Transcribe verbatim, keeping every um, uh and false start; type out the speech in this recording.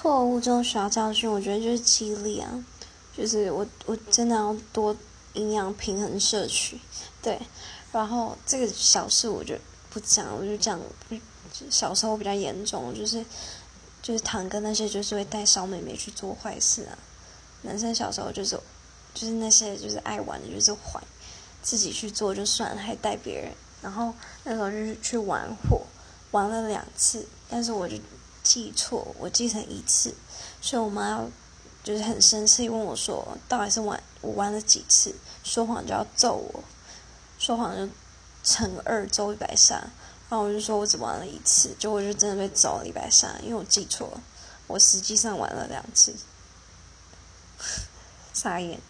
错误中学到教训，我觉得就是激励啊，就是我我真的要多营养平衡摄取，对，然后这个小事我就不讲，我就讲小时候比较严重，就是就是堂哥那些就是会带小妹妹去做坏事啊，男生小时候就是就是那些就是爱玩的，就是坏，自己去做就算了，还带别人，然后那时候就是去玩火，玩了两次，但是我就记错，我记成一次，所以我妈要就是很生气，问我说到底是玩我玩了几次，说谎就要揍我，说谎就乘二周一百下，然后我就说我只玩了一次，结果我就真的被揍了一百下，因为我记错了，我实际上玩了两次，傻眼。